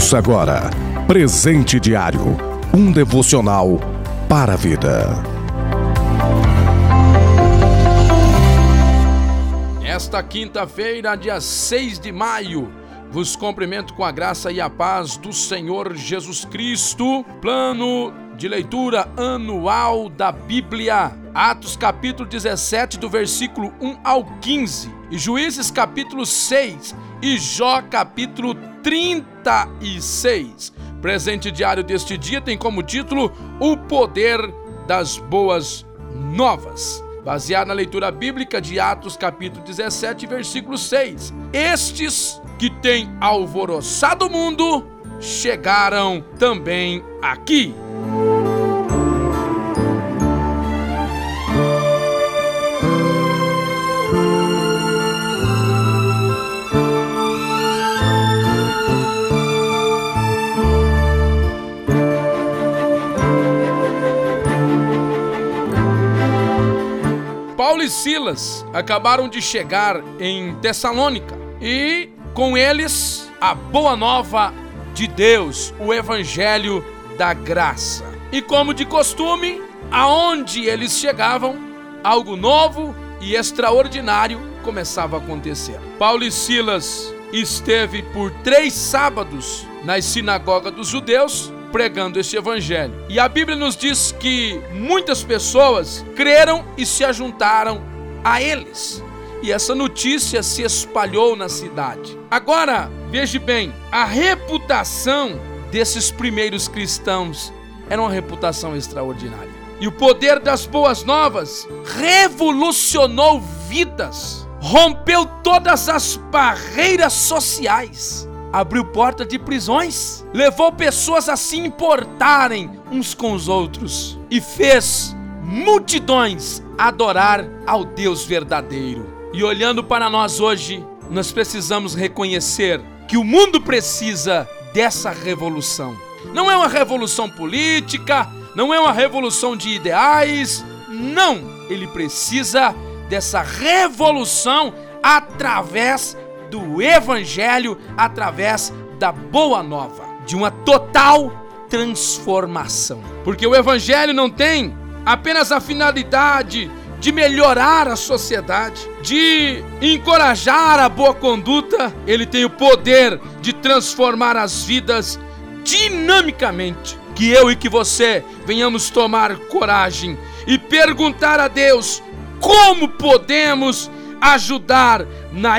Ouça agora Presente Diário, um devocional para a vida. Esta quinta-feira, dia 6 de maio, vos cumprimento com a graça e a paz do Senhor Jesus Cristo. Plano de leitura anual da Bíblia. Atos capítulo 17, do versículo 1 ao 15. E Juízes capítulo 6 e Jó capítulo 36. Presente diário deste dia tem como título O Poder das Boas Novas. Baseado na leitura bíblica de Atos capítulo 17, versículo 6. Estes que têm alvoroçado o mundo chegaram também aqui. Paulo e Silas acabaram de chegar em Tessalônica e com eles a boa nova de Deus, o evangelho da graça. E como de costume, aonde eles chegavam, algo novo e extraordinário começava a acontecer. Paulo e Silas esteve por 3 sábados nas sinagogas dos judeus pregando este evangelho. E a Bíblia nos diz que muitas pessoas creram e se ajuntaram a eles. E essa notícia se espalhou na cidade. Agora, veja bem, a reputação desses primeiros cristãos era uma reputação extraordinária. E o poder das boas novas revolucionou vidas, rompeu todas as barreiras sociais, abriu porta de prisões, levou pessoas a se importarem uns com os outros e fez multidões adorar ao Deus verdadeiro. E olhando para nós hoje, nós precisamos reconhecer que o mundo precisa dessa revolução. Não é uma revolução política, não é uma revolução de ideais, não. Ele precisa dessa revolução através do evangelho, através da boa nova, de uma total transformação. Porque o evangelho não tem apenas a finalidade de melhorar a sociedade, de encorajar a boa conduta. Ele tem o poder de transformar as vidas dinamicamente. Que eu e que você venhamos tomar coragem e perguntar a Deus como podemos ajudar na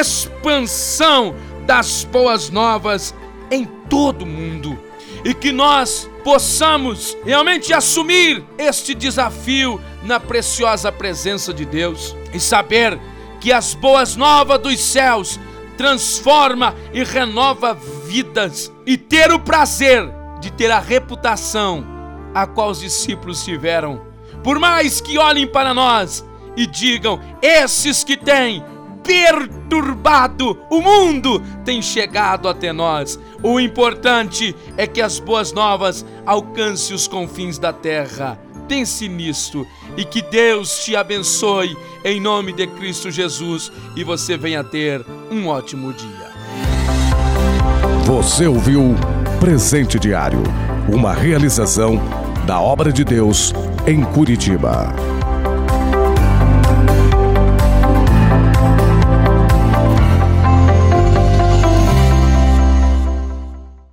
expansão das boas novas em todo o mundo. E que nós possamos realmente assumir este desafio na preciosa presença de Deus e saber que as boas novas dos céus transforma e renova vidas, e ter o prazer de ter a reputação a qual os discípulos tiveram. Por mais que olhem para nós e digam: esses que têm perturbado o mundo têm chegado até nós. O importante é que as boas novas alcancem os confins da terra. Pense nisto e que Deus te abençoe em nome de Cristo Jesus e você venha ter um ótimo dia. Você ouviu Presente Diário, uma realização da Obra de Deus em Curitiba.